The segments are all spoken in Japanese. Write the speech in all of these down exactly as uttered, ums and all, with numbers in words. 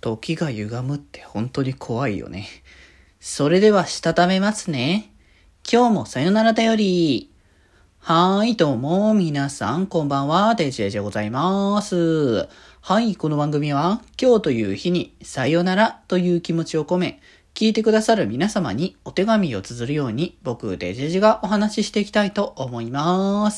時が歪むって本当に怖いよね。それではしたためますね。今日もさよならだより。はーい、どうも、皆さん、こんばんは、デジェジでございます。はい、この番組は、今日という日に、さよならという気持ちを込め、聞いてくださる皆様にお手紙を綴るように、僕、デジェジがお話ししていきたいと思います。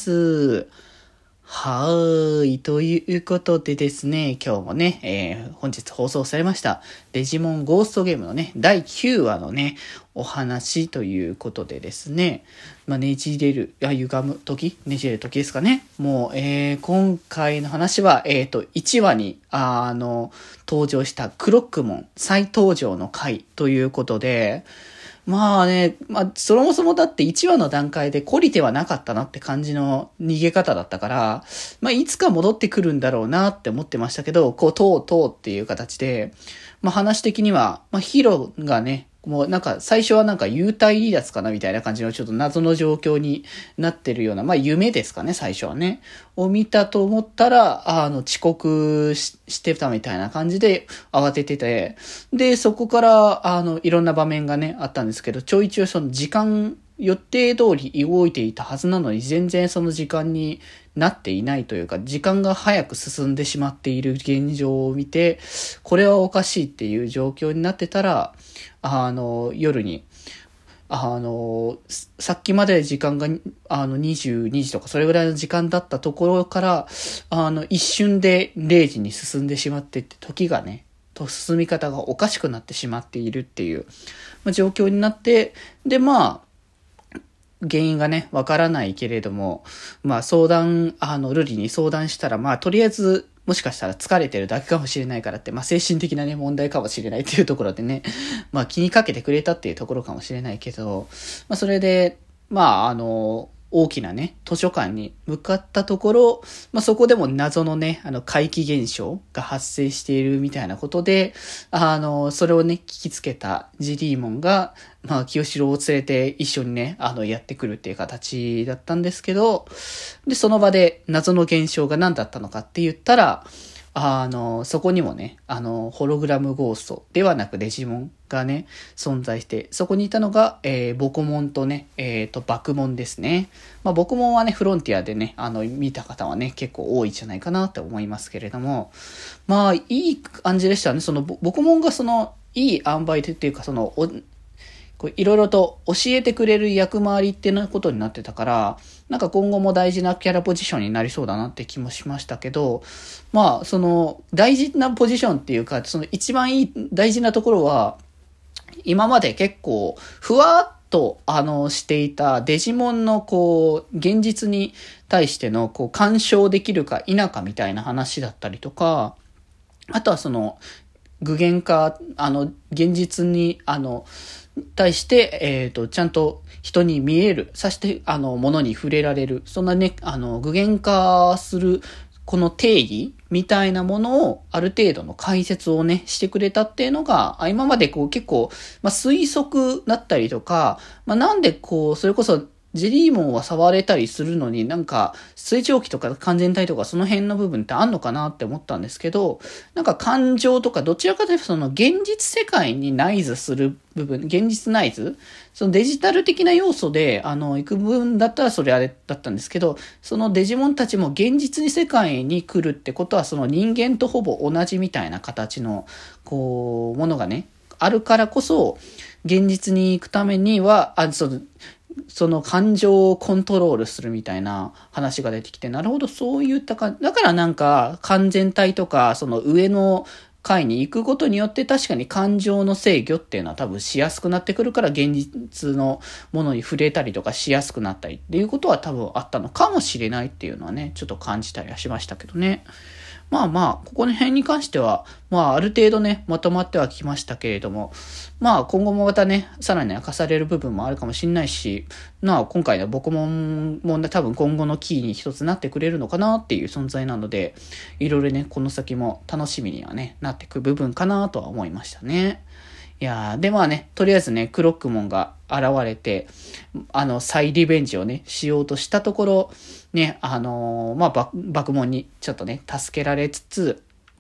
はーい。ということでですね、今日もね、えー、本日放送されました、デジモンゴーストゲームのね、だいきゅうわのね、お話ということでですね、まあ、ねじれる、あ、歪む時ねじれる時ですかね。もう、えー、今回の話は、えーと、いちわに、あ、あの、登場したクロックモン再登場の回ということで、まあね、まあ、そもそもだっていちわの段階で懲りてはなかったなって感じの逃げ方だったから、まあ、いつか戻ってくるんだろうなって思ってましたけど、こう、とうとうっていう形で、まあ、話的には、まあ、ヒロがね、もうなんか最初はなんか幽体離脱かなみたいな感じのちょっと謎の状況になってるような、まあ夢ですかね、最初はね。を見たと思ったら、あの遅刻 し, してたみたいな感じで慌ててて、で、そこからあのいろんな場面がね、あったんですけど、ちょいちょいその時間、予定通り動いていたはずなのに全然その時間になっていないというか、時間が早く進んでしまっている現状を見て、これはおかしいっていう状況になってたら、あの、夜に、あの、さっきまで時間が、あの、にじゅうにじとかそれぐらいの時間だったところから、あの、一瞬でれいじに進んでしまってって、時がね、と進み方がおかしくなってしまっているっていう、まあ、状況になって、で、まあ、原因がね、わからないけれども、まあ相談、あの、ルリに相談したら、まあとりあえず、もしかしたら疲れてるだけかもしれないからって、まあ精神的なね、問題かもしれないっていうところでね、まあ気にかけてくれたっていうところかもしれないけど、まあそれで、まああの、大きなね、図書館に向かったところ、まあ、そこでも謎のね、あの、怪奇現象が発生しているみたいなことで、あの、それをね、聞きつけたジリーモンが、まあ、清志郎を連れて一緒にね、あの、やってくるっていう形だったんですけど、で、その場で謎の現象が何だったのかって言ったら、あの、そこにもね、あの、ホログラムゴーストではなくデジモンがね、存在して、そこにいたのが、えー、ボコモンとね、えっと、バクモンですね。まあ、ボコモンはね、フロンティアでね、あの、見た方はね、結構多いんじゃないかなって思いますけれども、まあ、いい感じでしたね。その、ボコモンがその、いい塩梅でっていうか、その、いろいろと教えてくれる役回りっていうことになってたから、なんか今後も大事なキャラポジションになりそうだなって気もしましたけど、まあ、その、大事なポジションっていうか、その一番いい、大事なところは、今まで結構、ふわっと、あの、していたデジモンの、こう、現実に対しての、こう、干渉できるか否かみたいな話だったりとか、あとはその、具現化、あの、現実に、あの、対して、えっと、ちゃんと人に見える、さして、あの、ものに触れられる、そんなね、あの、具現化する、この定義みたいなものを、ある程度の解説をね、してくれたっていうのが、今までこう結構、まあ、推測だったりとか、まあ、なんでこう、それこそ、ジェリーモンは触れたりするのになんか水蒸気とか完全体とかその辺の部分ってあんのかなって思ったんですけど、なんか感情とかどちらかというとその現実世界に内図する部分、現実内図そのデジタル的な要素であの行く部分だったらそれあれだったんですけど、そのデジモンたちも現実に世界に来るってことはその人間とほぼ同じみたいな形のこうものがね、あるからこそ現実に行くためには、あ、そのその感情をコントロールするみたいな話が出てきて、なるほど、そういったか、だからなんか完全体とか、その上の階に行くことによって確かに感情の制御っていうのは多分しやすくなってくるから、現実のものに触れたりとかしやすくなったりっていうことは多分あったのかもしれないっていうのはね、ちょっと感じたりはしましたけどね。まあまあ、ここの辺に関しては、まあある程度ね、まとまってはきましたけれども、まあ今後もまたね、さらに明かされる部分もあるかもしれないし、まあ今回の僕も、も多分今後のキーに一つなってくれるのかなっていう存在なので、いろいろね、この先も楽しみにはね、なってく部分かなとは思いましたね。いやー、でまあね、とりあえずね、クロックモンが現れて、あの、再リベンジをね、しようとしたところ、ね、あのー、まあ、バクモンにちょっとね、助けられつつ、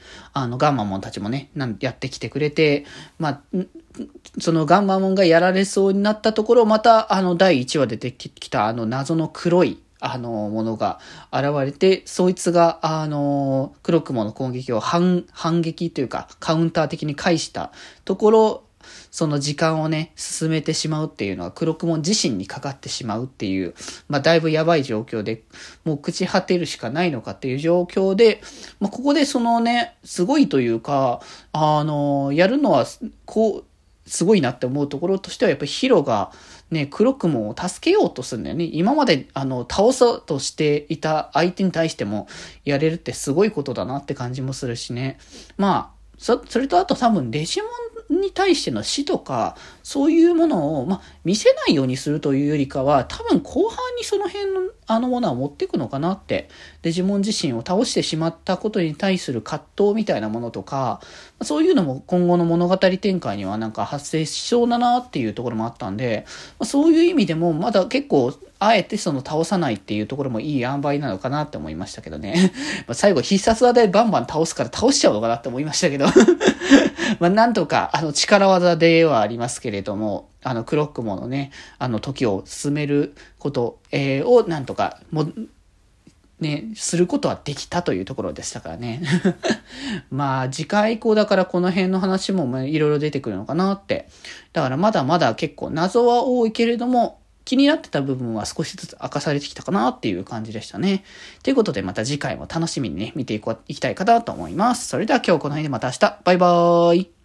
あの、ガンマモンたちもね、なんやってきてくれて、まあ、そのガンマモンがやられそうになったところ、また、あの、だいいちわで出てきた、あの、謎の黒い、あの、ものが現れて、そいつが、あの、クロックモンの攻撃を反、反撃というか、カウンター的に返したところ、その時間をね、進めてしまうっていうのは、クロックモン自身にかかってしまうっていう、まあ、だいぶやばい状況で、もう朽ち果てるしかないのかっていう状況で、まあ、ここでそのね、すごいというか、あの、やるのは、こう、すごいなって思うところとしては、やっぱりヒロが、ね、クロックモンを助けようとするんだよね。今まで、あの、倒そうとしていた相手に対しても、やれるってすごいことだなって感じもするしね。まあ、そ、それとあと多分、デジモンに対しての死とか、そういうものを、まあ、見せないようにするというよりかは、多分後半にその辺の、あのものは持っていくのかなって、デジモン自身を倒してしまったことに対する葛藤みたいなものとか、そういうのも今後の物語展開にはなんか発生しそうだなっていうところもあったんで、そういう意味でもまだ結構、あえてその倒さないっていうところもいい塩梅なのかなって思いましたけどね。最後必殺技でバンバン倒すから倒しちゃうのかなって思いましたけど。まあなんとか、あの力技ではありますけれども、あのクロックモンのね、あの時を進めること、えー、をなんとかも、ね、することはできたというところでしたからね。まあ次回以降だからこの辺の話もいろいろ出てくるのかなって。だからまだまだ結構謎は多いけれども、気になってた部分は少しずつ明かされてきたかなっていう感じでしたね。ということでまた次回も楽しみにね、見ていこう、いきたいかなと思います。それでは今日この辺でまた明日。バイバーイ。